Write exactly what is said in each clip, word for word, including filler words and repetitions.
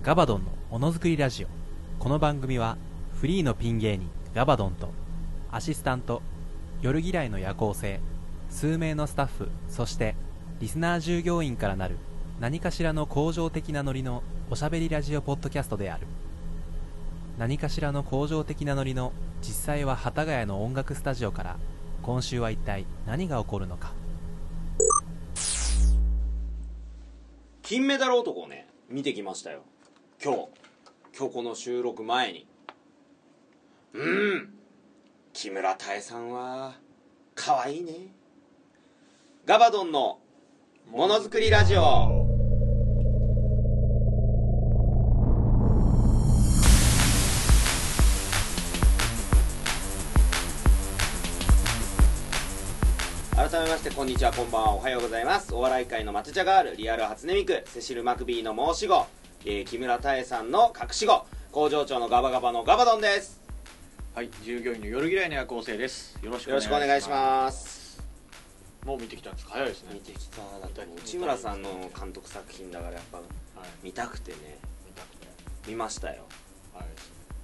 ガバドンのものづくりラジオ。この番組はフリーのピン芸人ガバドンとアシスタント、夜嫌いの夜行性、数名のスタッフ、そしてリスナー従業員からなる何かしらの向上的なノリのおしゃべりラジオポッドキャストである。何かしらの向上的なノリの実際は幡ヶ谷の音楽スタジオから、今週は一体何が起こるのか。 金メダル男をね見てきましたよ。今日今日この収録前に、うん木村多江さんは可愛いね。ガバドンのものづくりラジオ。改めましてこんにちは、こんばんは、おはようございます。お笑い界のマテ茶ガール、リアル初音ミク、セシル・マクビーの申し子、えー、木村多江さんの隠し子、工場長のガバガバのガバドンです。 はい、従業員の夜嫌いの夜行性です。よろしくお願いします。 もう見てきたんですか？早いですね。 見てきた。だって内村さんの監督作品だからやっぱ、はい、見たくてね見たくて見ましたよ。 はい、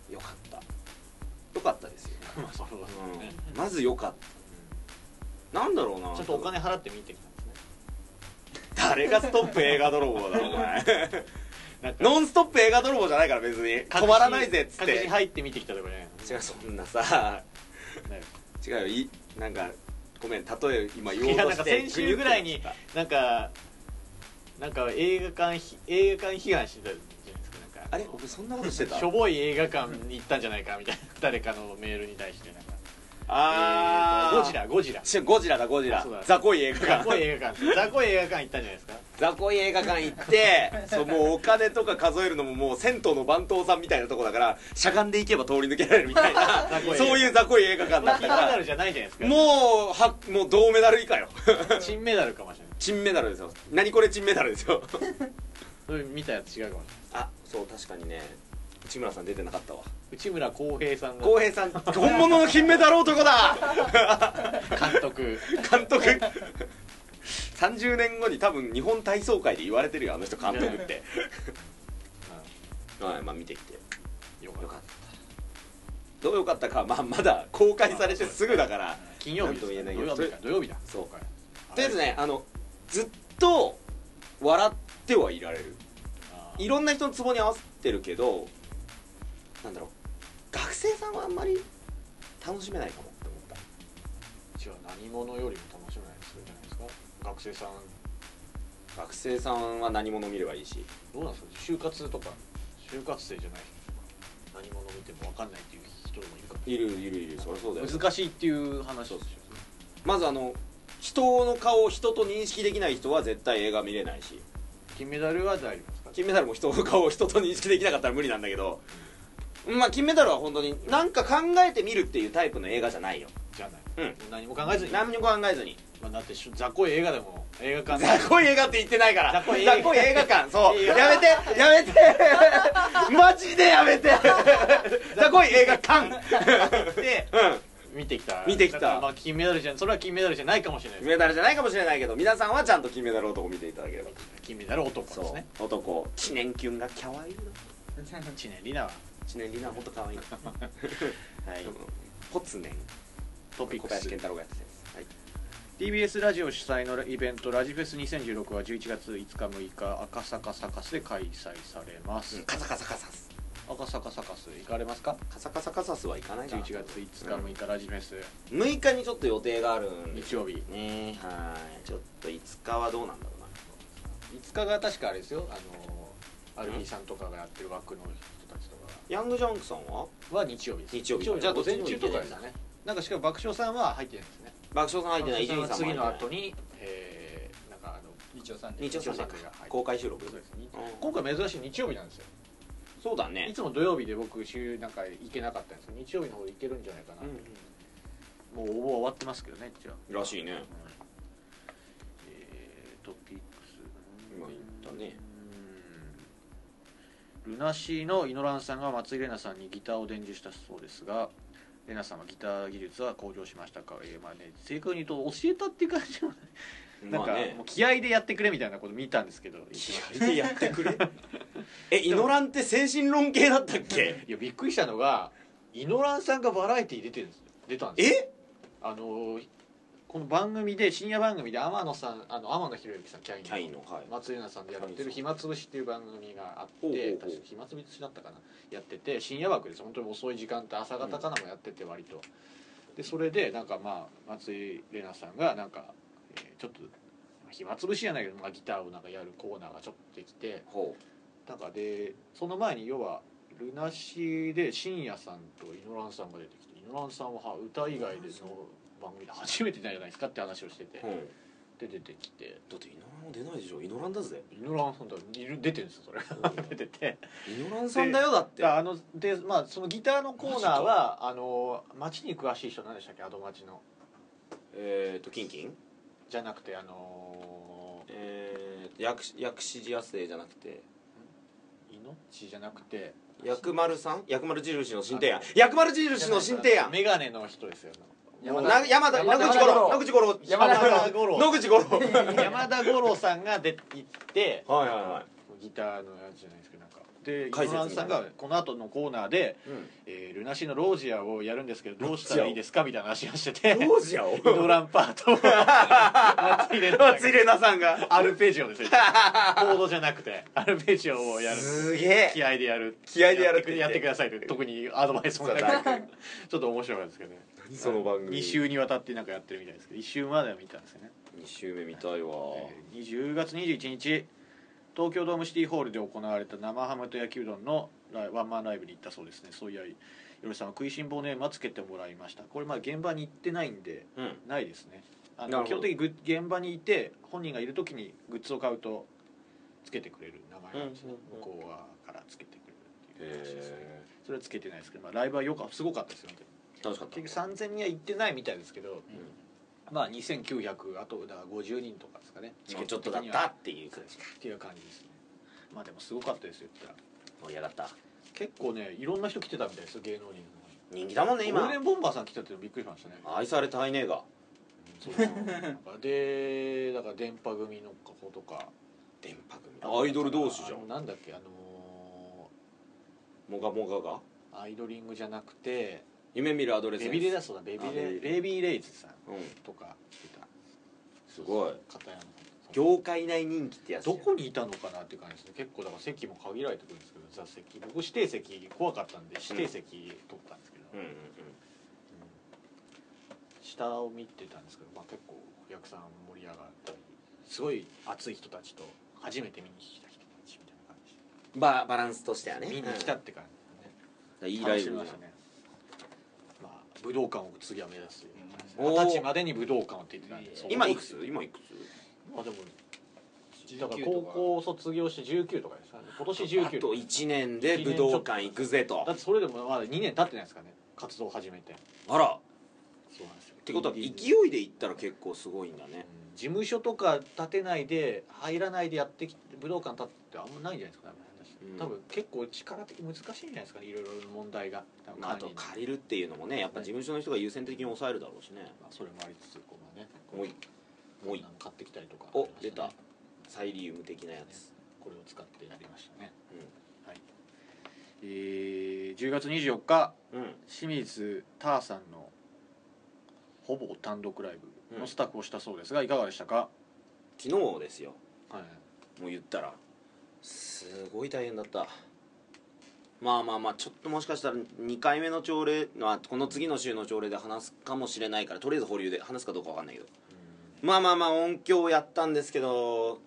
よかったよかったですよまあそうですね、 うん、まずよかった、うん、なんだろうな、 ちょっとお金払って見てきたんですね。 誰がストップ映画泥棒だお前ノンストップ映画泥棒じゃないから別に止まらないぜっつって隠し入って見てきたとかね。 違う、そんなさ違うよ、いなんかごめん、例え今言おうとして、 先週ぐらいになんかなんか映画館映画館批判してたじゃないですか。なんかあれ僕そんなことしてた？ しょぼい映画館に行ったんじゃないかみたいな誰かのメールに対してなんかあー、 えー、ゴジラゴジラゴジラだゴジラザコイ映画館ザコイ映画館ザコイ映画館行ったんじゃないですか。 ザコイ映画館行ってそうもうお金とか数えるのももう銭湯の番頭さんみたいなとこだからしゃがんでいけば通り抜けられるみたいなそういうザコイ映画館だったから金メダルじゃないじゃないですか。 もうはもう銅メダル以下よ金メダルかもしれない。 金メダルですよ。何これ金メダルですよそれ見たやつ違うかもしれない。 あ、そう確かにね、内村さん出てなかったわ。 内村航平さんが航平さん本物の金メダル男だ監督監督さんじゅうねんごに多分日本体操界で言われてるよ、あの人監督ってはい、まあ見てきてよかった。どうよかったか、まあまだ公開されてすぐだから金曜日とも言えないけど、 土曜日か土曜日だ。 そうか。とりあえずね、あのずっと笑ってはいられる。いろんな人のツボに合わせてるけど、なんだろう、学生さんはあんまり楽しめないかもって思った。 違う、何者よりも楽しめないするじゃないですか。学生さん学生さんは何者見ればいいし、 どうなんですか。就活とか就活生じゃない人とか何者見ても分かんないっていう人もいるかも。 いるいるいる、そりゃそうだよ。 難しいっていう話ですよ。 まずあの人の顔を人と認識できない人は絶対映画見れないし、 金メダルは大丈夫ですか。 金メダルも人の顔を人と認識できなかったら無理なんだけど、まあ金メダルは本当に何か考えてみるっていうタイプの映画じゃないよ。 じゃない、 うん、 何も考えずに何も考えずに、 まあ、だって雑魚い映画でも映画館雑魚い映画って言ってないから、 雑魚い映画館、そうやめてやめてマジでやめて雑魚い映画館で、 うん、 見てきた見てきた。 まあ金メダルじゃん、それは金メダルじゃないかもしれない。 金メダルじゃないかもしれないけど、皆さんはちゃんと金メダル男を見ていただければ。 金メダル男ですね。 そう、男、知念キュンがキャワイイな。 知念里奈は知念里奈は本当可愛いはい、ポツネントピックス、 小林健太郎がやってたやつ、はい、 ティービーエス ラジオ主催のイベントラジフェスにせんじゅうろくはじゅういちがついつかむいか赤坂サカスで開催されます、 うん、カサカサカサス赤坂サカス行かれますか。 カサカサカサスは行かないかな。 じゅういちがついつかむいかラジフェス、 うん、むいかにちょっと予定があるんで日曜日ね。はい、ちょっといつかはどうなんだろうな。 いつかが確かあれですよ、あのアルフィーさんとかがやってる枠の人たちとかヤングジャンクさんはは日曜日です。 日曜日、 じゃあ午前中とかですね。なんかしかも爆笑さんは入ってないんですね。 爆笑さん入ってない。伊集院さんも次の後に、えー、なんかあの日曜さんで日曜さんで公開収録です。 今回珍しい日曜日なんですよ。 そうだね。 いつも土曜日で僕週なんか行けなかったんですけど、日曜日の方行けるんじゃないかな、うんうん、もう応募終わってますけどね。じゃあらしいね、うん、 えー、トピックス今言ったね。 ルナシーのイノランさんが松井玲奈さんにギターを伝授したそうですが、玲奈さんはギター技術は向上しましたか。えー、まあね、正確に言うと教えたっていう感じもないなんかもう気合でやってくれみたいなこと見たんですけど、 気合でやってくれえイノランって精神論系だったっけ？ いやびっくりしたのがイノランさんがバラエティー出てるんです出たんですよ。 えあのこの番組で深夜番組で天野さんあの天野博之さんキャインのキャインの、はい、 松井奈さんでやってる暇つぶしっていう番組があっほうほうほうて確か暇つぶしだったかなやってて深夜枠です本当に遅い時間帯朝方かなもやってて割と、でそれでなんかまあ松井玲奈さんがなんか、えー、ちょっと暇つぶしじゃないけど、まあ、ギターをなんかやるコーナーがちょっとできてほうなんかでその前に要はルナシーで深夜さんとイノランさんが出てきてイノランさんはは歌以外での番組で初めてじゃないですかって話をしてて、 う、うん、 で出てきてだってイノラン出ないでしょ。イノランだぜ。 イノランさんだいる出てるんですよそれ出ててイノランさんだよだって。 あのでまあそのギターのコーナーはあの街に詳しい人何でしたっけアド街のえっ、ー、とキンキンじゃなくてあのー、 えー、薬薬師寺亜生じゃなくて命じゃなくて薬丸さん薬丸印の新提案薬丸印の新提案メガネの人ですよ山田山田野口五郎野口五郎山田五郎野口五郎山田五郎さんが出行ってはいはいはいギターのやつじゃないですけどなんかで解説イノランさんがこの後のコーナーで、 うんえールナシーのロージアをやるんですけどどうしたらいいですかみたいな話をしててロージアをイノランパートを松井玲松井玲奈さんがアルペジオですよコードじゃなくてアルペジオをやるすげえ気合でやる気合でやるってやってくださいと特にアドバイスもなくちょっと面白かったですけどねその番組に週にわたってなんかやってるみたいですけどいっ週までは見たんですよねに週目見たいわ、 えー、じゅうがつにじゅういちにち東京ドームシティホールで行われた生ハムと焼きうどんのワンマンライブに行ったそうですね。そういやよろしさんは食いしん坊ネームはつけてもらいました。これまあ現場に行ってないんで、うん、ないですね。あの基本的に現場にいて本人がいる時にグッズを買うとつけてくれる名前なんですね、うんうんうん、向こう側からつけてくれるっていう話ですね。それはつけてないですけど、まあ、ライブはよかすごかったですよね。 楽しかった。 結局さんぜんにんは行ってないみたいですけど、うん、まあにせんきゅうひゃくあとだからごじゅうにんとかですかね。 チケちょっとだったっていう感じっていう感じですね。まあでもすごかったですよ言ったら盛り上がった。結構ねいろんな人来てたみたいですよ芸能人の人気だもんね今。 ゴールデンボンバーさん来たっていうのびっくりしましたね。 愛されたいねが、 うん、そうなんかでだから電波組の子とか電波組アイドル同士じゃん。 なんだっけあのー、モガモガがアイドリングじゃなくて夢見るアドレスベビーレイだそうだベビーレイベイビーレイズさんとか来てた、 すごい片山業界内人気ってやつ。 どこにいたのかなっていう感じですね。結構だから席も限られてくるんですけど座席僕指定席怖かったんで指定席取ったんですけど、うんうんうんうん、下を見てたんですけど、まあ、結構お客さん盛り上がったりすごい熱い人たちと初めて見に来た人たちみたいな感じでバ, バランスとしてはね見に来たって感じ、ね、 いいライブましたね。まあ武道館を次は目指すような感じです。二十歳までに武道館をって言ってたんで今いくつ今いくつあでもだから高校卒業してじゅうきゅうとかですかね。今年じゅうきゅうあといちねんで武道館行くぜと。 だってそれでもまだにねん経ってないですかね活動を始めて。 あらそうなんですよ。 ってことは勢いで行ったら結構すごいんだね、 うん、事務所とか建てないで入らないでやってきて武道館建ってあんまないんじゃないですかね、うん、多分結構力的難しいんじゃないですかねいろいろ問題が、 まあ、あと借りるっていうのもねやっぱ事務所の人が優先的に抑えるだろうしね、 まあ、それもありつつこうねもういもうい買ってきたりとか、ね、 お出たサイリウム的なやつ、 これを使ってやりましたね、うんはいえー、じゅうがつにじゅうよっか、 うん、 清水ターさんのほぼ単独ライブのスタッフをしたそうですが、いかがでしたか？ 昨日ですよ、 はい、 もう言ったらすごい大変だった。まあまあまあちょっともしかしたらにかいめの朝礼のこの次の週の朝礼で話すかもしれないからとりあえず保留で話すかどうかわかんないけど、まあまあまあ音響やったんですけど、いや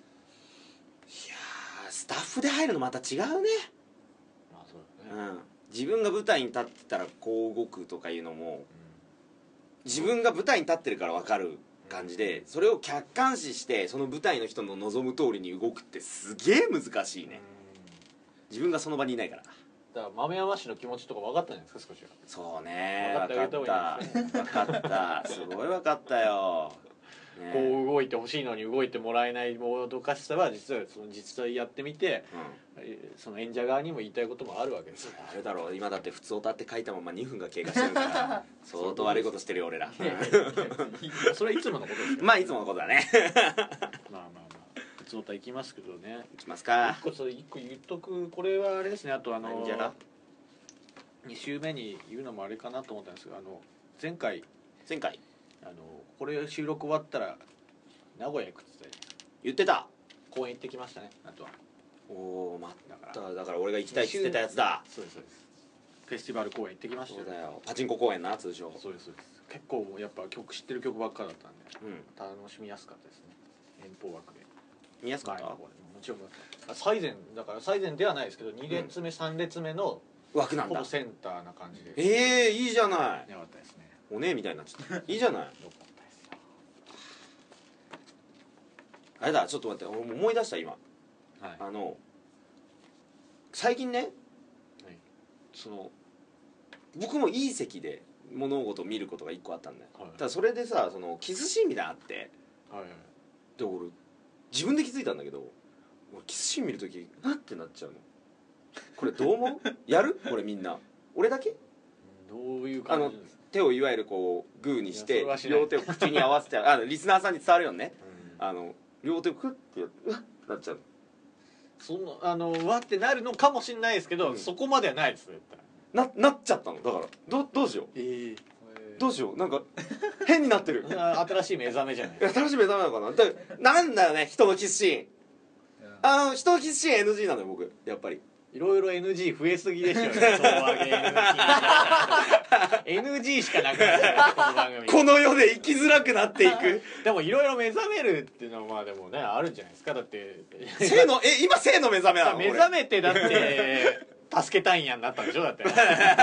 スタッフで入るのまた違うね。 まあそうだね、 うん、自分が舞台に立ってたらこう動くとかいうのも、自分が舞台に立ってるから分かる感じで、それを客観視してその舞台の人の望む通りに動くってすげえ難しいね。自分がその場にいないから。 だから豆山氏の気持ちとか分かったんじゃないですか少しは。 そうね、 分かった分かった分かったすごい分かったよ、 ね、こう動いてほしいのに動いてもらえないもどかしさは実はその実際やってみて、うん、その演者側にも言いたいこともあるわけですよ。 あるだろう。今だって普通歌って書いたままにふんが経過してるから相当悪いことしてるよ俺らそれはいつものことですよ。 まあいつものことだねまあまあまあ普つおたいきますけどね。 いきますか。 一個それ一個言っとく、これはあれですね。あとあのなんじゃらに週目に言うのもあれかなと思ったんですが、あの前回前回あのこれ収録終わったら名古屋行くっつって言ってた。 公園行ってきましたね。あとはおお、待だかった。だから俺が行きたいって言ってたやつだ。 そうですそうです。フェスティバル公園行ってきましたよ。 そうだよ、パチンコ公園な、通称。 そうですそうです。結構やっぱ曲知ってる曲ばっかだったんでうん、 楽しみやすかったですね。遠方枠で見やすかった。 前の方でもちろんあ最前だから最前ではないですけどに列目、さん列目の枠なんだほぼ。センターな感じでええー、いいじゃない。 よかったですね。 おねえみたいになっちゃった。いいじゃない。 よかったですよ。 あれだ、ちょっと待って、俺も思い出した今。 はいあの最近ね、 はいその僕もいい席で物事を見ることが一個あったんだよ、 はいただそれでさ、そのキスシーンみたいなのあって、 はいはいで俺自分で気づいたんだけど、俺キスシーン見るときなってなっちゃうの。これどう思う？やる？これみんな俺だけ？ どういう感じですか？ 手をいわゆるこうグーにしていやそれはしない両手を口に合わせてあのリスナーさんに伝わるよね。 うんあの両手をクッてやってうわっってなっちゃう。 そのあのわってなるのかもしれないですけど、 うんそこまではないですよ。 ななっちゃったの。だからどどうしようええどうしようなんか変になってる。 新しい目覚めじゃないいや楽しみ目覚めなのかな。だからなんだよね、人のキスシーン。あの人のキスシーン エヌジー なのよ僕やっぱり。 いろいろ エヌジー 増えすぎでしょうね。総上げ エヌジー しかなくなっちゃうこの番組。 この世で生きづらくなっていく。 でもいろいろ目覚めるっていうのはまあでもねあるんじゃないですか。だって性のえ今性の目覚めなの。 目覚めてだって助けたいんやになったんでしょだって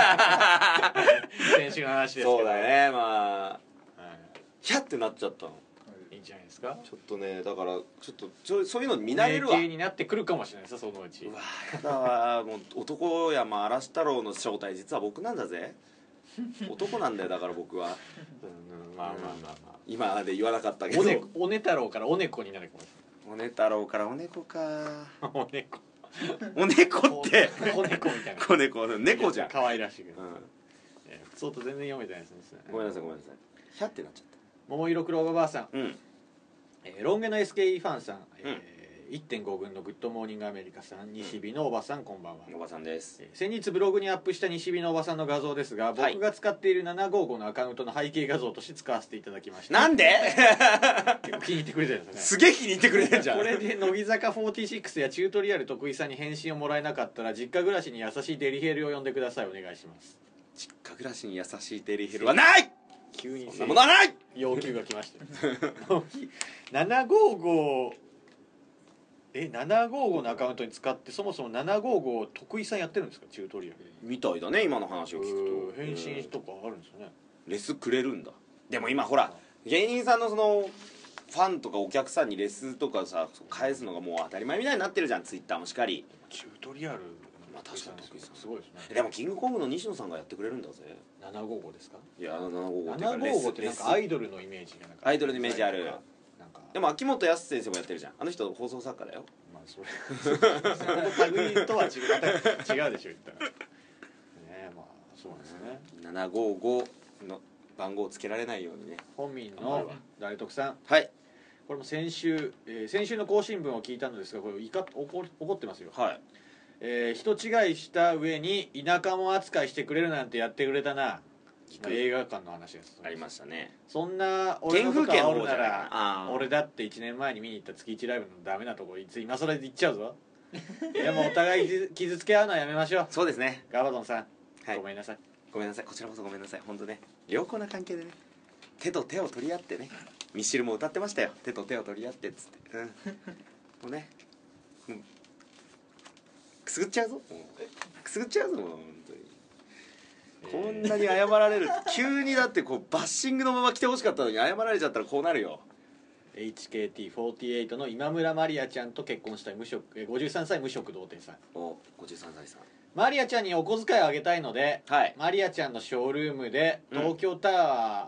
先週の話ですけど。 そうだね、まあはヒャってなっちゃったの。 い、いいんじゃないですか。 ちょっとね、だからちょっとちょそういうのに見慣れるわ。 迷宮になってくるかもしれないですよそのうち。 うわやだわ。もう男山嵐太郎の正体実は僕なんだぜ。男なんだよだから僕は。 うん、まあまあまあまあ。 今まで言わなかったけど。 おねおね太郎からおねこになるかもしおね太郎からおねこか。 れない。おねこ。 おねこっておねこみたいな。 子猫猫じゃん。 可愛らしいけど。 うん、 えー普通と全然読めてないですね。 ごめんなさいごめんなさい。ヒャってなっちゃっ桃色クローバーばあさん、 た。うんえーロン毛の エスケーイー ファンさん、えーいってんご軍のグッドモーニングアメリカさん、西日のおばさんこんばんは。 おばさんです。 えー先日ブログにアップした西日のおばさんの画像ですが、 はい僕が使っているななごーごのアカウントの背景画像として使わせていただきました。 なんで結構気に入ってくれてるんですね。 すげえ気に入ってくれてんじゃん。 これで乃木坂フォーティーシックスやチュートリアル徳井さんに返信をもらえなかったら実家暮らしに優しいデリヘルを呼んでください。お願いします。 実家暮らしに優しいデリヘルはない急にそんなものはない要求が来ましたよななごーごーえななごーごーのアカウントに使ってそもそもななごーごー徳井さんやってるんですかチュートリアルで。 みたいだね今の話を聞くと。 返信うんとかあるんですよね。 レスくれるんだ。でも今ほら芸人さんのそのファンとかお客さんにレスとかさ返すのがもう当たり前みたいになってるじゃん。ツイッターもしかり。 チュートリアルまあ確かに徳井さんすごいですね。 でもキングコングの西野さんがやってくれるんだぜ。 ななごーごーですか。 いやななごーごーっていうかななごーごーってなんかアレスイドルのイメージがなんかアイドルのイメージある。 なんかでも秋元康先生もやってるじゃん。あの人放送作家だよ。 まあそれその類とは違うまた違うでしょ言ったらねえまあそうなんですね。 ななごーごーの番号をつけられないようにね。 本民の大徳さん、 はいこれも先週、えー先週の更新文を聞いたのですがこれ怒っ怒怒ってますよ、 はい。 えー人違いした上に田舎も扱いしてくれるなんてやってくれたな、まあ、映画館の話です。 ありましたね。 そんな俺のこと原風景の煽るな方じゃないかなあらー俺だっていちねんまえに見に行った月いちライブのダメなところいつ今更言っちゃうぞでもお互い傷傷つけ合うのはやめましょう。 そうですね。 ガバドンさん、 はいごめんなさい。 ごめんなさい。こちらこそごめんなさい。本当ね良好な関係でね手と手を取り合ってね。ミシルも歌ってましたよ。手と手を取り合ってっつって。うん。もうね。もうくすぐっちゃうぞ。もうくすぐっちゃうぞもう本当に。こんなに謝られる急にだってこうバッシングのまま来てほしかったのに謝られちゃったらこうなるよ。 エイチケーティーフォーティーエイト の今村マリアちゃんと結婚したい無職えーごじゅうさんさい無職童貞さん。 おごじゅうさんさいさん。 マリアちゃんにお小遣いをあげたいので、 はい。 マリアちゃんのショールームで東京タワ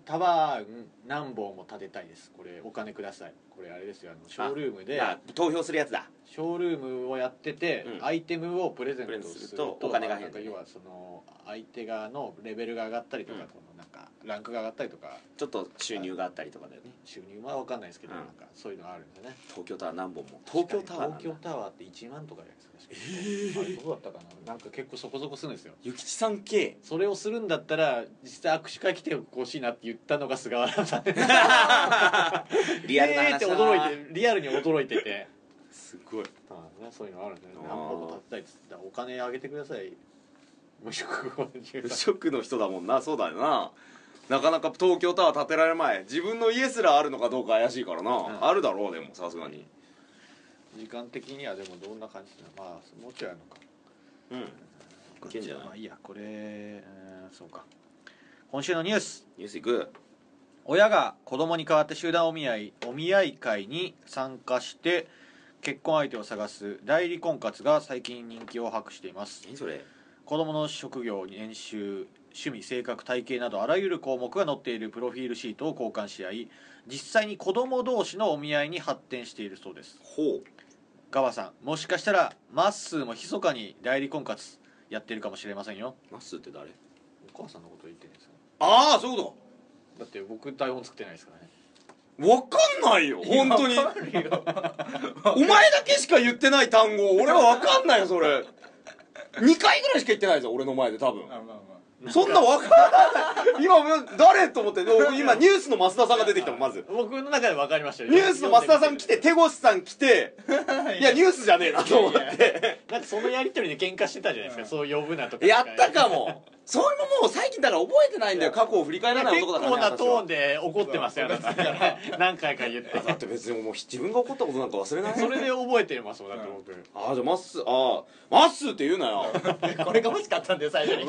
タワー何本も建てたいです。これお金ください。これあれですよ、あのショールームであ投票するやつだ。 ショールームをやってて、 うんアイテムをプレゼントするとプレゼントするとお金が入るんだねなんか要はその相手側のレベルが上がったりとか、 うんこのなんかランクが上がったりとか、 ちょっと収入があったりとかだよね。 収入は分かんないですけど、 うんなんかそういうのがあるんですよね。 東京タワー何本も。東京タワーなんだ。 東京タワーっていちまんとかじゃないですか。えー、どうだったかな。なんか結構そこそこするんですよ。 諭吉さん系。 それをするんだったら実際握手会来てほしいなって言ったのが菅原さんでリアルな話だな。 えーって驚いてリアルに驚いててすごい。 ああね、そういうのあるんですね。 あー何本も建てたいっつってお金あげてください。無職を無職の人だもんな。そうだよな。なかなか東京タワー建てられる前、自分の家すらあるのかどうか怪しいからな、 うんあるだろう。でもさすがに。 時間的にはでもどんな感じですか。まあもうちょいあるのか。 うんいけんじゃない。 まあいいやこれ、えーそうか。今週のニュース。 ニュースいく。 親が子供に代わって集団お見合いお見合い会に参加して結婚相手を探す代理婚活が最近人気を博しています。 何それ。 子供の職業、年収、趣味、性格、体型などあらゆる項目が載っているプロフィールシートを交換し合い、実際に子供同士のお見合いに発展しているそうです。 ほう。 ガバさん、もしかしたらマッスーも密かに代理婚活やってるかもしれませんよ。 マッスーって誰。 お母さんのこと言ってるんですよ。 ああそういうこだって僕台本作ってないですからね。 と。わかんないよ本当に。お前だけしか言ってない単語俺はわかんないよそれ。にかいぐらいしか言ってないぞ俺の前で多分。そんなわかんない。今誰と思って今ニュースの増田さんが出てきたもんまず。 僕の中で分かりましたよ。 ニュースの増田さん来て手越さん来ていやニュースじゃねえなと思っいやいやてなんかそのやり取りで喧嘩してたじゃないですか、そう呼ぶなとか。 やったかも。それももう最近だから覚えてないんだよ。過去を振り返らない結男だからね。 構なトーン私はで怒ってますよ、あなた何回か言って。 だって別にもう自分が怒ったことなんか忘れない。 それで覚えてますもんだって僕。 ああじゃあまっすーああまっすーって言うなよ。 これが欲しかったんだよ最初に。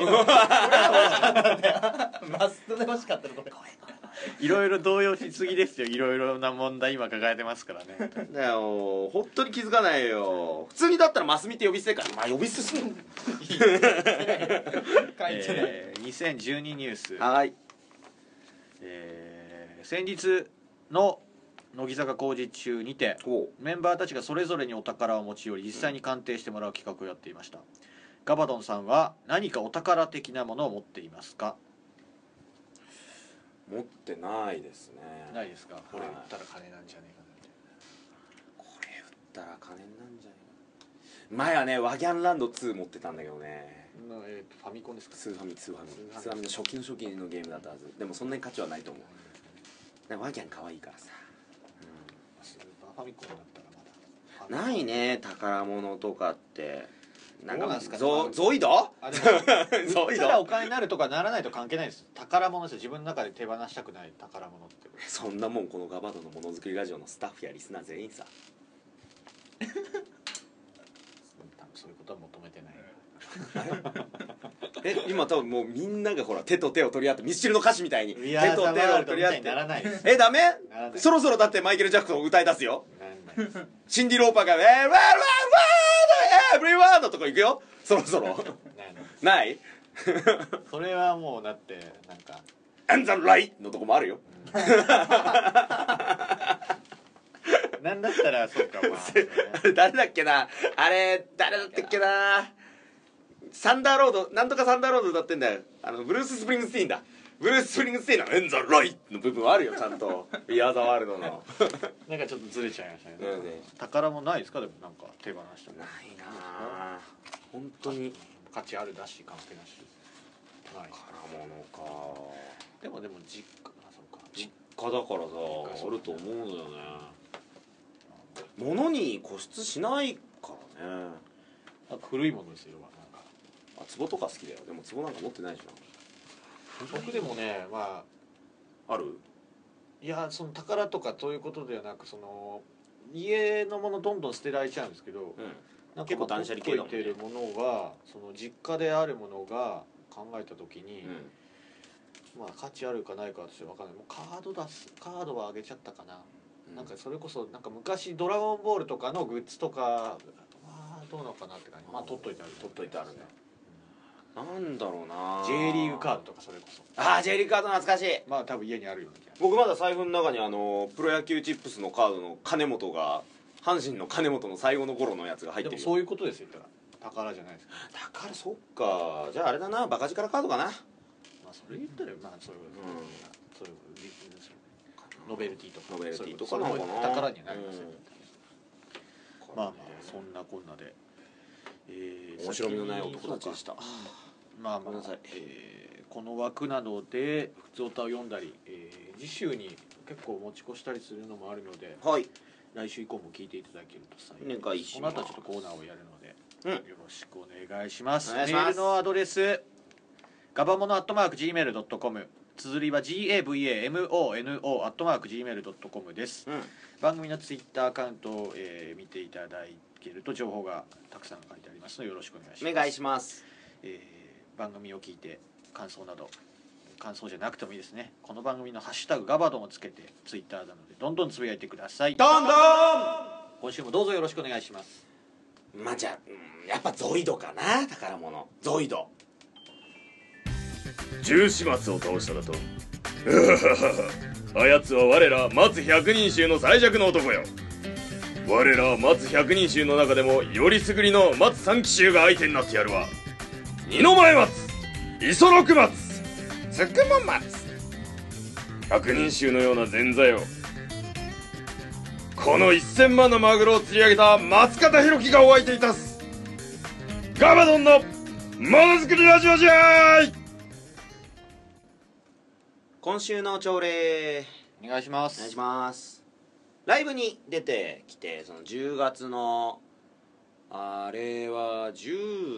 マストで欲しかったのこれ。 いろいろ動揺しすぎですよ。いろいろな問題今抱えてますからね。 だよ本当に気づかないよ。普通にだったらマスミって呼び捨てか。まあ呼び捨てすんの。 書いてない。 えーにせんじゅうにニュース。 はいえー先日の乃木坂工事中にてほメンバーたちがそれぞれにお宝を持ち寄り実際に鑑定してもらう企画をやっていました。ガバドンさんは何かお宝的なものを持っていますか。 う持ってないですね。 ないですか。 いこれ売ったら金なんじゃねえかなみたいこれ売ったら金になんじゃないか。前はねワギャンランドツー持ってたんだけどね。 な。なえーとファミコンですか。 スーファミツーファミスーファミツーファミの初期の初期のゲームだったはず。でもそんなに価値はないと思う。なんかワギャン可愛いからさ、 スーパーファミコンだったらまだ。 ないね宝物とかって。なんかどうなんすかねゾゾイドあでもゾイ売ったらおド金になるとかならないと関係ないです。宝物ですよ。自分の中で手放したくない宝物って。 そんなもんこのガバドのものづくりラジオのスタッフやリスナー全員さ。 多分そういうことは求めてない。 え今多分もうみんながほら手と手を取り合ってミスチルの歌詞みたいにいや手と手を取り合っみたいにならて。 ないです。 えダメならないそろそろだってマイケル・ジャクソン歌い出すよ。 ならないです。 シンディ・ローパーが「えー、ワーワーワードエブリワード」とか行くよそろそろ。 ならないないそれはもうだってなんか 「アンザライ」のとこもあるよ。 なんだったらそうかまああれ誰だっけなあれ誰だったっけなサンダーロードなんとかサンダーロード歌ってんだよ。あのブルース・スプリングスティーンだ。ブルース・スプリングスティーンの「エンザ・ライ」の部分はあるよちゃんと。「イヤー・ザ・ワールド」のなんかちょっとずれちゃいましたね。 なので宝物ないですか。でもなんか手放したものないなあ本当に。 価値あるだし関係なしない。 宝物か。 でもでも実家あそうか実家だからさあると思うんだよね。物に固執しないからね。 なんか古いものですよ。なんかあ壺とか好きだよ。でも壺なんか持ってないじ僕でもねまあゃん。あるいやその宝とかということではなくその家のものどんどん捨てられちゃうんですけど、 うんなんか結構断捨離系だもんね取っといてるものがその実家であるものが考えた時に、 うんまあ価値あるかないか私は分かんない。もうカード出すカードはあげちゃったかな、 うんなんかそれこそなんか昔ドラゴンボールとかのグッズとかはどうなのかなって感じ。まあ取っといてある取っといてあるんだ。 なんだろうな J リーグカードとかそれこそああ J リーグカード懐かしい。 まあ多分家にあるような気が僕まだ財布の中にあのプロ野球チップスのカードの金本が阪神の金本の最後の頃のやつが入ってるよ。 でもそういうことですよ言ったら宝じゃないですか。 だからそっかじゃああれだなバカ力カードかな。 まあそれ言ったらまあそういうこと、 うんそういうノベルティとかノベルティとかそれもなのかな宝にはなりますよ、 うんまあまあそんなこんなで、えー面白みのない男たちでした。 まあまあごめんなさい、 えーこの枠などで普通歌を読んだり、えー次週に結構持ち越したりするのもあるのではい来週以降も聞いていただけると幸いお願いします。 この後はちょっとコーナーをやるので、 うんよろしくお願いします。 お願いしますメールのアドレスガバモノアットマーク ジーメールドットコム 綴りは ジーエーブイエーエムオーエヌオー アットマーク ジーメールドットコム です、 うん番組のツイッターアカウントを、えー見ていただけると情報がたくさん書いてありますのでよろしくお願いします。 お願いします。 えー番組を聞いて感想など感想じゃなくてもいいですね。この番組のハッシュタグガバドンをつけてツイッターなのでどんどんつぶやいてください。 どんどん今週もどうぞよろしくお願いします。 まあじゃあ、うん、やっぱゾイドかな宝物ゾイド十四松を倒しただとあやつは我ら松百人衆の最弱の男よ。我ら松百人衆の中でもよりすぐりの松三騎衆が相手になってやるわ。二の前松磯六松つくも松百人衆のような前座よ。この一千万のマグロを釣り上げた松方弘樹がお相手いたす。ガバドンのものづくりラジオじゃーい。 今週の朝礼お願いします。 お願いします。ライブに出てきてそのじゅうがつのあれはじゅ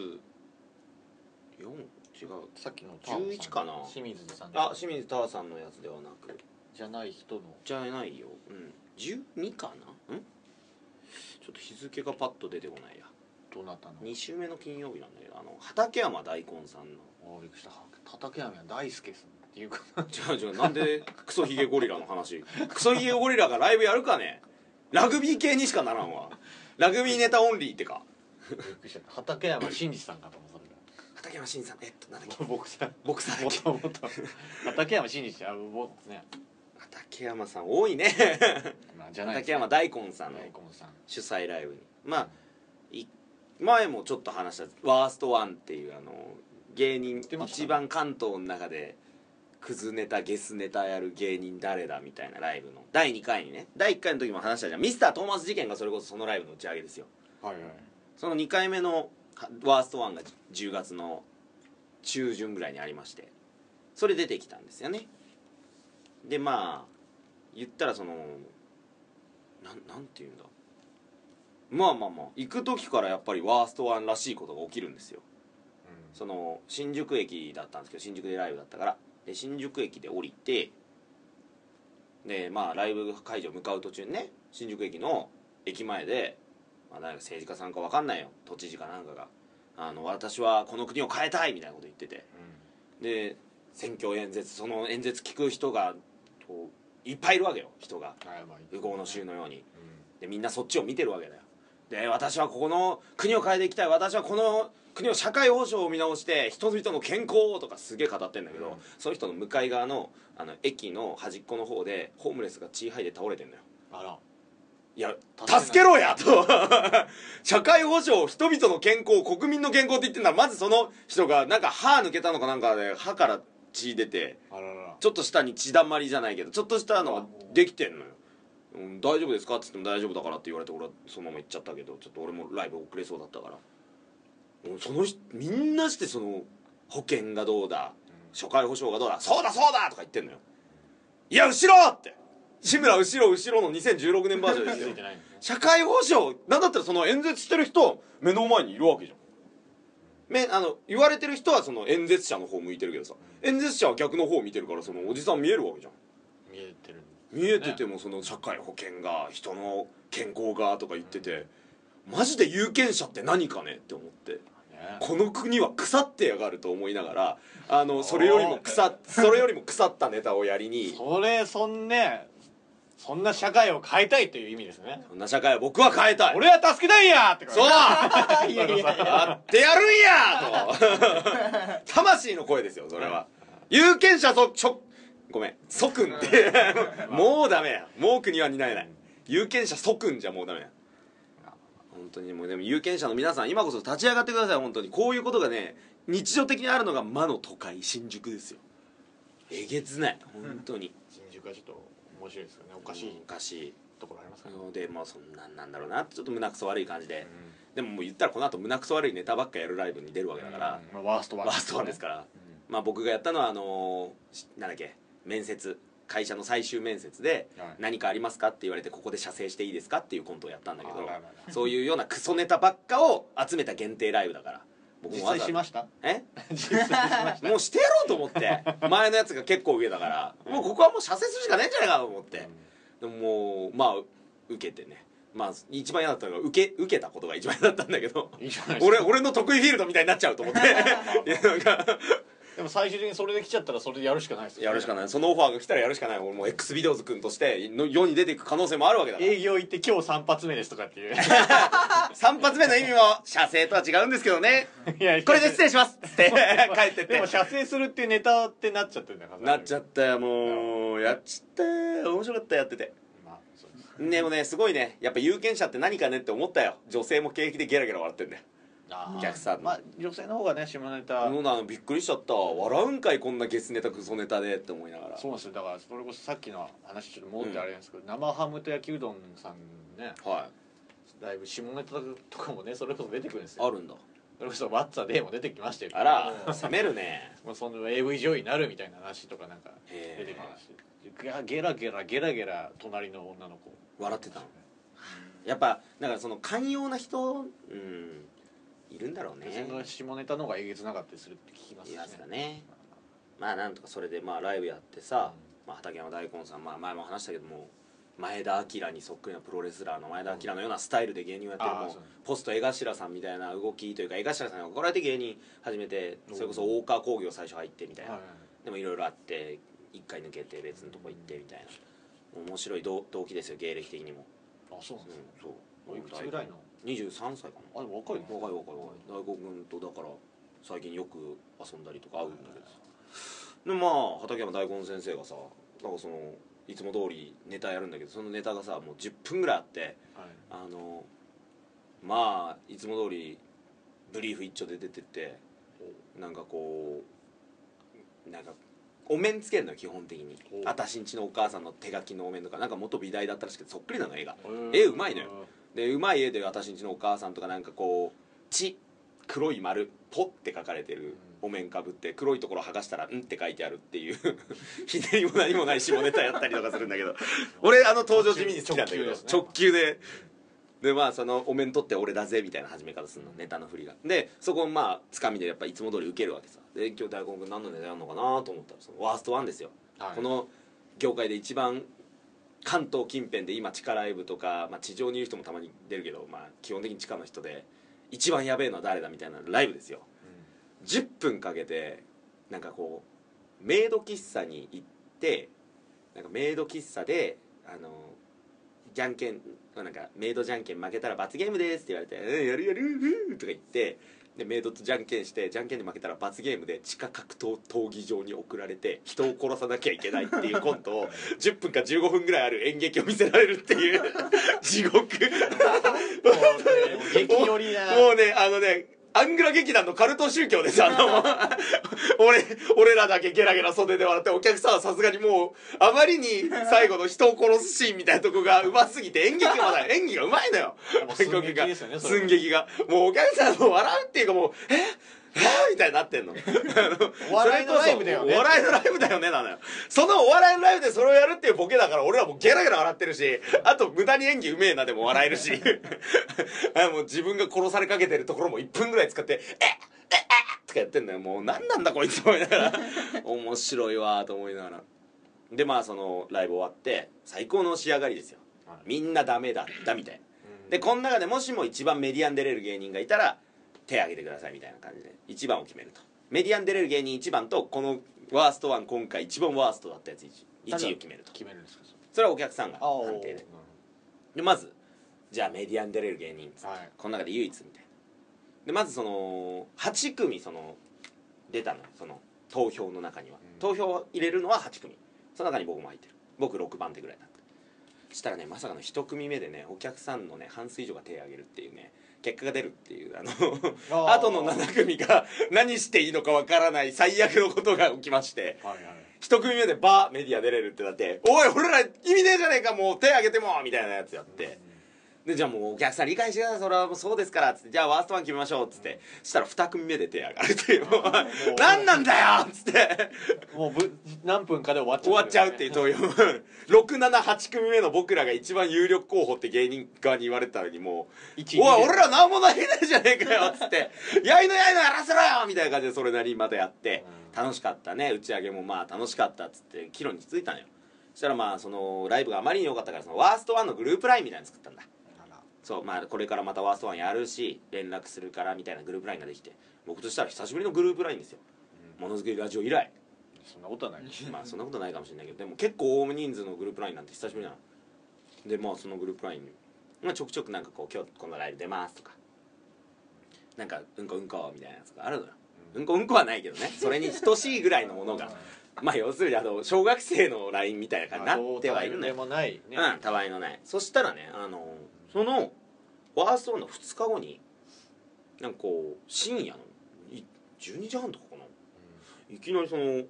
うよん違うさっきのじゅういちかな清水さんであ清水太さんのやつではなくじゃない人のじゃないよ、うん、じゅうにかな。んちょっと日付がパッと出てこないや。 どなたのに週目の金曜日なんだけどあの畠山大根さんのおびっくりした畠山大輔さんっていうか違う違うなんでクソヒゲゴリラの話クソヒゲゴリラがライブやるかね。ラグビー系にしかならんわ。ラグビーネタオンリーってか。 びっくりした畠山真司さんかと思った畠山新さんえっとなんだっけ僕さ僕さんだっけもともと畠山真司ってあのもうね畠山さん多いねまあじゃない畠山大根さんの大根さん主催ライブにまあい前もちょっと話したワーストワンっていうあの芸人てました一番関東の中でクズネタゲスネタやる芸人誰だみたいなライブのだいにかいにねだいいっかいの時も話したじゃんミスタートーマス事件がそれこそそのライブの打ち上げですよ。 はいはいそのにかいめのワーストワンがじゅうがつの中旬ぐらいにありましてそれ出てきたんですよね。でまあ言ったらそのなんなんていうんだまあまあまあ行く時からやっぱりワーストワンらしいことが起きるんですよ。その新宿駅だったんですけど新宿でライブだったからで新宿駅で降りてでまあライブ会場向かう途中にね新宿駅の駅前で、まあ、なんか政治家さんか分かんないよ都知事かなんかがあの私はこの国を変えたいみたいなこと言っててで選挙演説その演説聞く人がこういっぱいいるわけよ人がはいまあ烏合の衆のようにうんでみんなそっちを見てるわけだよ。で私はここの国を変えていきたい私はこの国の社会保障を見直して人々の健康をとかすげえ語ってんだけど、 うんその人の向かい側のあの駅の端っこの方でホームレスが血吐いて倒れてんだよ。 あらいや助けない助けろやと社会保障人々の健康国民の健康って言ってんだらまずその人がなんか歯抜けたのかなんかで歯から血出てあらららちょっと下に血だまりじゃないけどちょっとしたのができてんのよ、うん、大丈夫ですかって言っても大丈夫だからって言われて俺はそのまま行っちゃったけどちょっと俺もライブ遅れそうだったからもうその人みんなしてその保険がどうだ社会保障がどうだそうだそうだとか言ってんのよ。いや後ろって志村後ろ後ろのにせんじゅうろくねんバージョンですよついてないんですね社会保障なんだったらその演説してる人目の前にいるわけじゃん。めあの言われてる人はその演説者の方向いてるけどさ演説者は逆の方を見てるからそのおじさん見えるわけじゃん。 見えてる見えててもその社会保険が人の健康がとか言っててマジで有権者って何かねって思ってねこの国は腐ってやがると思いながらあのそれよりも腐っそれよりも腐ったネタをやりにそれそんねそんな社会を変えたいという意味ですね。 そんな社会を僕は変えたい。 俺は助けたいんやってそういやいやいややってやるんやと魂の声ですよそれは。有権者そしょごめん祖君ってもうダメや。もう国は担えない。有権者祖君じゃもうダメや。本当にもうでも有権者の皆さん今こそ立ち上がってください。本当にこういうことがね日常的にあるのが魔の都会新宿ですよ。えげつない本当に。 新宿はちょっと面白いですよね。おかしいおかしいところありますからね。 のでまあそんなんなんだろうなちょっと胸くそ悪い感じで、でももう言ったらこの後胸くそ悪いネタばっかやるライブに出るわけだから、 まあワーストワンワーストワンですから、まあ僕がやったのはあのーしなんだっけ面接会社の最終面接ではい何かありますかって言われてここで射精していいですかっていうコントをやったんだけどあらららそういうようなクソネタばっかを集めた限定ライブだから僕実もわざわざ際しましたえ実際しましたもうしてやろうと思って前のやつが結構上だからもうここはもう射精するしかないんじゃないかと思ってでももうまあ受けてねまあ一番嫌だったのが受け受けたことが一番嫌だったんだけどいいじゃないですか。 俺俺の得意フィールドみたいになっちゃうと思っていやなんかでも最終的にそれで来ちゃったらそれでやるしかないですよね。 やるしかないそのオファーが来たらやるしかない俺もう X ビデオズ君としての世に出ていく可能性もあるわけだから営業行って今日さん発目ですとかっていうさん発目の意味も射精とは違うんですけどねいやこれで失礼しますって帰ってってでも射精するっていうネタってなっちゃってるんだからなっちゃったよもうやっちゃったよ面白かったやっててまあそうですでもねすごいねやっぱ有権者って何かねって思ったよ女性も景気でゲラゲラ笑ってんだよあーお客さんまあ女性の方がね下ネタもうなびっくりしちゃった笑うんかいこんなゲスネタクソネタでって思いながらそうなんですよ。だからそれこそさっきの話ちょっと戻ってあれなんですけど、生ハムと焼きうどんさんねはだいぶ下ネタとかもねそれこそ出てくるんですいあよ。 るんだそれこそ「ワッツァデー」も出てきましたよ。 あら攻めるねもうその エーブイ 女優になるみたいな話とかなんかへー出てきますしゲラゲラゲラゲラ隣の女の子笑ってたのやっぱだからその寛容な人うんいるんだろうね女性の下ネタの方がえげつなかったりするって聞きますしいやつだねまあなんとかそれでまあライブやってさ、まあ、畠山大根さん、まあ、前も話したけども前田明にそっくりなプロレスラーの前田明のようなスタイルで芸人をやってるもうあーそうポスト江頭さんみたいな動きというか江頭さんに怒られて芸人始めてそれこそ大川工業最初入ってみたいな、 はいはいでもいろいろあって一回抜けて別のとこ行ってみたいな面白い動動機ですよ芸歴的にも、 あそうなんうんですね、 そうおいくつぐらいのにじゅうさんさいかなあでも若いね若い若い若い大悟君とだから最近よく遊んだりとか会うんだけどさでまあ畠山大根先生がさなんかそのいつも通りネタやるんだけどそのネタがさもうじゅっぷんぐらいあってはいあのまあいつも通りブリーフ一丁で出てってなんかこうなんかお面つけるのよ基本的におあたしんちのお母さんの手書きのお面とかなんか元美大だったらしくてそっくりなの絵がうん絵うまいのよでうまい絵で私んちのお母さんとかなんかこう「ち」黒い丸「ポ」って書かれてるお面かぶって黒いところ剥がしたら「ん」って書いてあるっていうひねりも何もない下ネタやったりとかするんだけど俺あの登場地味に好きなんだけど直球ですね直球ででまあそのお面取って俺だぜみたいな始め方するのネタの振りがでそこまあつかみでやっぱいつも通り受けるわけさで今日大根君何のネタやるのかなと思ったらそのワーストワンですよ、 はいこの業界で一番関東近辺で今地下ライブとか、まあ、地上にいる人もたまに出るけど、まあ、基本的に地下の人で一番やべえのは誰だみたいなライブですよじゅっぷんかけてなんかこうメイド喫茶に行ってなんかメイド喫茶であのじゃんけんなんかメイドじゃんけん負けたら罰ゲームですって言われて「うんやるやるふー」とか言ってでメイドとじゃんけんしてじゃんけんで負けたら罰ゲームで地下格闘闘技場に送られて人を殺さなきゃいけないっていうコントをじゅっぷんかじゅうごふんぐらいある演劇を見せられるっていう地獄激寄りなもうねあのねアングラ劇団のカルト宗教ですあの俺俺らだけゲラゲラ袖で笑ってお客さんはさすがにもうあまりに最後の人を殺すシーンみたいなとこがうますぎて演劇がまだ演技がうまいのよもう寸劇ですよねそれ寸劇がもうお客さんも笑うっていうかもうええー、みたいになってんのお笑いのライブだよねお笑いのライブだよねなのよそのお笑いのライブでそれをやるっていうボケだから俺らもうゲラゲラ笑ってるしあと無駄に演技うめえなでも笑えるしあもう自分が殺されかけてるところもいっぷんぐらい使って「えっえっえっ!」とかやってんだよもう何なんだこいつ思いながら面白いわと思いながらでまあそのライブ終わって最高の仕上がりですよみんなダメだったみたいなでこの中でもしも一番メディアに出れる芸人がいたら手挙げてくださいみたいな感じでいちばんを決めるとメディアに出れる芸人いちばんとこのワーストワン今回一番ワーストだったやついちいを決めると決めるんですかそれはお客さんがああ判定ででまずじゃあメディアに出れる芸人っつって、 はいこの中で唯一みたいなでまずそのはち組その出たのよその投票の中には、 うん投票を入れるのははち組その中に僕も入ってる僕ろくばん手ぐらいになってそしたらねまさかのいち組目でねお客さんのね半数以上が手を挙げるっていうね結果が出るっていうあのあー後のなな組が何していいのかわからない最悪のことが起きましてはいはい一組目でバーメディア出れるってなっておい俺ら意味ねえじゃねえかもう手挙げてもみたいなやつやってでじゃあもうお客さん理解してくださいそれはもうそうですからっつってじゃあワーストワン決めましょうっつってそしたらに組目で手上がるっていうもう何なんだよっつってもうぶ何分かで終わっちゃ終わっちゃうっていうそういうろくななはち組目の僕らが一番有力候補って芸人側に言われたのにもう一おい俺ら何もないじゃねえかよっつってやいのやいのやらせろよみたいな感じでそれなりにまたやって楽しかったね打ち上げもまあ楽しかったっつって帰路に着いたのよそしたらまあそのライブがあまりに良かったからそのワーストワンのグループラインみたいなの作ったんだそうまあこれからまたワーストワンやるし連絡するからみたいなグループラインができて僕としたら久しぶりのグループラインですよものづくりラジオ以来そんなことはないまあそんなことないかもしれないけどでも結構大人数のグループラインなんて久しぶりなのでまあそのグループラインに、まあ、ちょくちょくなんかこう今日このライブ出ますとかなんかうんこうんこみたいなやつがあるのよ、うん、こうんこはないけどねそれに等しいぐらいのものがまあ要するにあの小学生の ライン みたいな感じになってはいるのよでもないねうんたわいのないそしたらねあのそのワーストワンのふつかごになんかこう深夜のいじゅうにじはんとかかな、いきなりその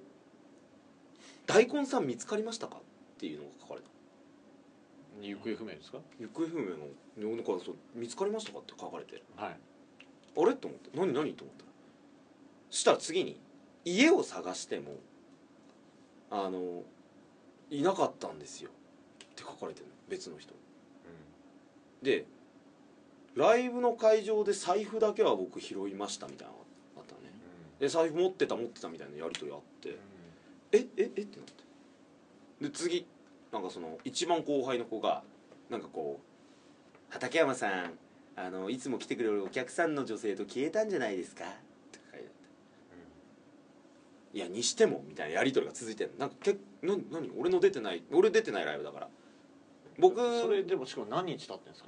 「大根さん見つかりましたか?」っていうのが書かれた行方不明ですか行方不明のなんかそう見つかりましたかって書かれてはいあれと思って何何と思ったそしたら次に家を探してもあのいなかったんですよって書かれてるの別の人でライブの会場で財布だけは僕拾いましたみたいなのがあったのねで財布持ってた持ってたみたいなやり取りあってえええってなってで次なんかその一番後輩の子がなんかこう「畠山さんあのいつも来てくれるお客さんの女性と消えたんじゃないですか?」って書いてあって「いやにしても」みたいなやり取りが続いてるなんかけな何俺の出てない俺出てないライブだから僕それでもしかも何日経ってんですか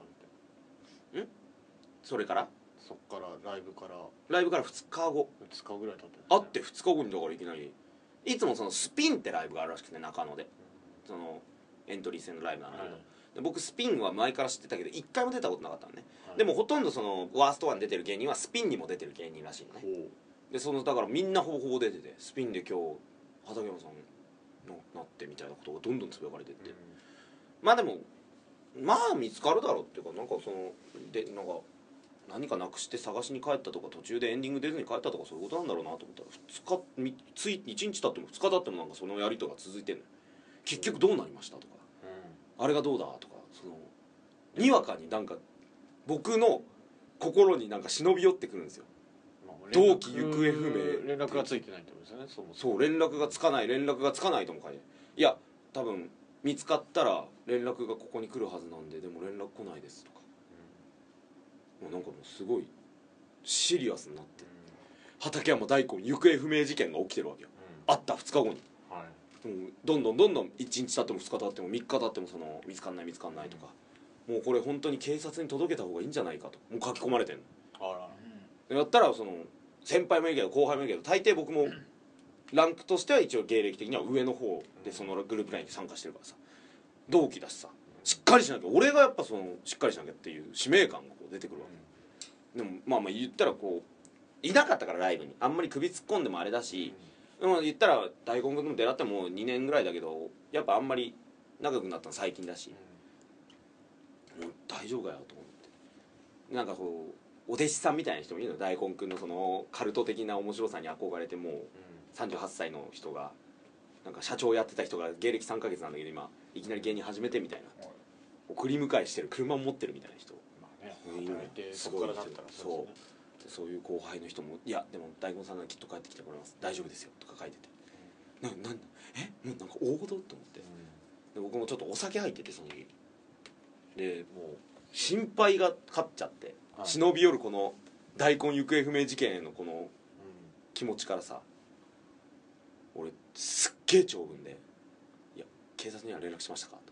それからそっからライブからライブからふつかごふつかぐらい経ってる会ってふつかごにだからいきなりいつもそのスピンってライブがあるらしくて中野でそのエントリー戦のライブなんだけど、 はいで僕スピンは前から知ってたけどいっかいも出たことなかったのね、 はいでもほとんどそのワーストワン出てる芸人はスピンにも出てる芸人らしいのねでそのだからみんなほぼほぼ出ててスピンで今日畠山さんのなってみたいなことがどんどんつぶやかれてって、まあでもまあ見つかるだろうっていうかなんかそのでなんか何かなくして探しに帰ったとか途中でエンディング出ずに帰ったとかそういうことなんだろうなと思ったらふつかみついいちにち経ってもふつか経ってもなんかそのやりとりが続いてるのよ結局どうなりましたとかあれがどうだとかそのにわかになんか僕の心になんか忍び寄ってくるんですよ同期行方不明連絡がついてないってことですよねそもそもそう連絡がつかない連絡がつかないとも書いていや多分見つかったら連絡がここに来るはずなんででも連絡来ないですとか、もうなんかもうすごいシリアスになって畠山大根行方不明事件が起きてるわけよ、あったふつかごにはいもうどんどんどんどんいちにち経ってもふつか経ってもみっか経ってもその見つかんない見つかんないとか、もうこれ本当に警察に届けた方がいいんじゃないかともう書き込まれてんのあらやったらその先輩もいいけど後輩もいいけど大抵僕もランクとしては一応芸歴的には上の方でそのグループラインに参加してるからさ同期だしさしっかりしなきゃ俺がやっぱそのしっかりしなきゃっていう使命感がこう出てくるわけ、でもまあまあ言ったらこういなかったからライブにあんまり首突っ込んでもあれだし、でも言ったら大根君も出会ってもうにねんぐらいだけどやっぱあんまり仲良くなったの最近だし、もう大丈夫かよと思ってなんかこうお弟子さんみたいな人もいるの大根君のそのカルト的な面白さに憧れてもうさんじゅうはっさいの人がなんか社長やってた人が芸歴さんかげつなんだけど今いきなり芸人始めてみたいな送り迎えしてる車も持ってるみたいな人まあねいるの働いてすごいそこからだったらそうそうそういう後輩の人も「いやでも大根さんがきっと帰ってきてもらいます大丈夫ですよ」とか書いてて「ななんえもうなんか大事?」と思ってで僕もちょっとお酒入っててその時でもう心配が勝っちゃって、 はい忍び寄るこの大根行方不明事件へのこの気持ちからさ俺すっげえ長文で「いや警察には連絡しましたか?」と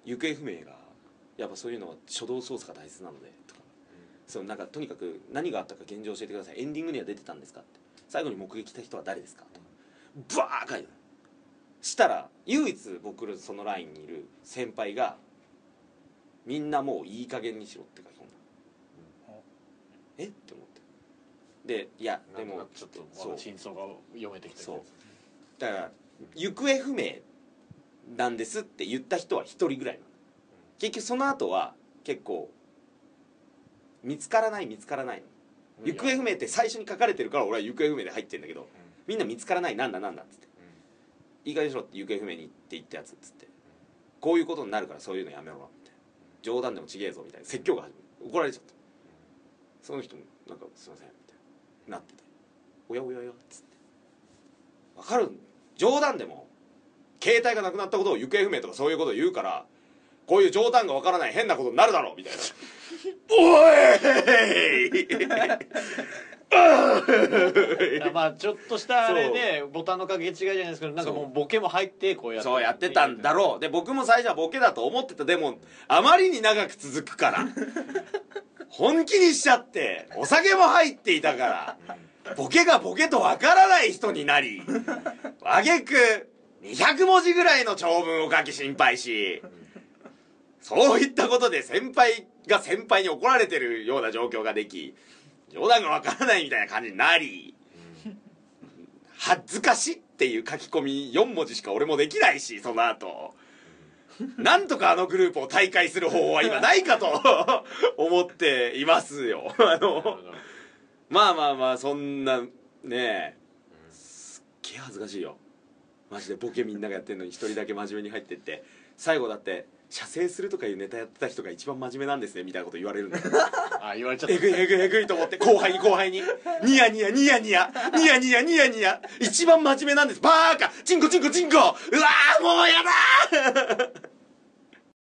行方不明がやっぱそういうのは初動捜査が大切なのでとか、そうなんかとにかく何があったか現状教えてください、エンディングには出てたんですかって、最後に目撃した人は誰ですかとかバー書いてしたら、唯一僕らそのラインにいる先輩がみんなもういい加減にしろって書き込んだ、うん、えって思ってで、いやでもちょっと真相が読めてきた。 そうだから行方不明なんですって言った人は一人ぐらいなの、うん、結局その後は結構見つからない見つからないの、うん、行方不明って最初に書かれてるから俺は行方不明で入ってるんだけど、うん、みんな見つからないなんだなんだっつって、うん、いい加減にしろって行方不明にって言ったやつっつって、うん、こういうことになるからそういうのやめろみたいな、冗談でもちげえぞみたいな説教が始める、怒られちゃった、うん、その人もなんかすいませんみたいななってて、おやおやおやっつって、わかる、冗談でも携帯がなくなったことを行方不明とかそういうことを言うから、こういう冗談がわからない変なことになるだろうみたいなおいまあちょっとしたあれでボタンの掛け違いじゃないですけど、なんかもうボケも入ってこうやってそうやってたんだろう。で僕も最初はボケだと思ってた。でもあまりに長く続くから本気にしちゃって、お酒も入っていたからボケがボケとわからない人になり、挙句にひゃくもじぐらいの長文を書き心配し、そういったことで先輩が先輩に怒られてるような状況ができ、冗談がわからないみたいな感じになり、恥ずかしっていう書き込みよんもじしか俺もできないし、その後なんとかあのグループを退会する方法は今ないかと思っていますよ。あのまあまあまあそんなね、すっげえ恥ずかしいよマジで。ボケみんながやってんのに一人だけ真面目に入ってって、最後だって射精するとかいうネタやってた人が一番真面目なんですねみたいなこと言われるんだよあ、言われちゃった。 えぐいえぐいえぐいと思って、後輩に後輩にニヤニヤニヤニヤニヤニヤニヤニヤ一番真面目なんです、バーカチンコチンコチンコ、うわーもうやだー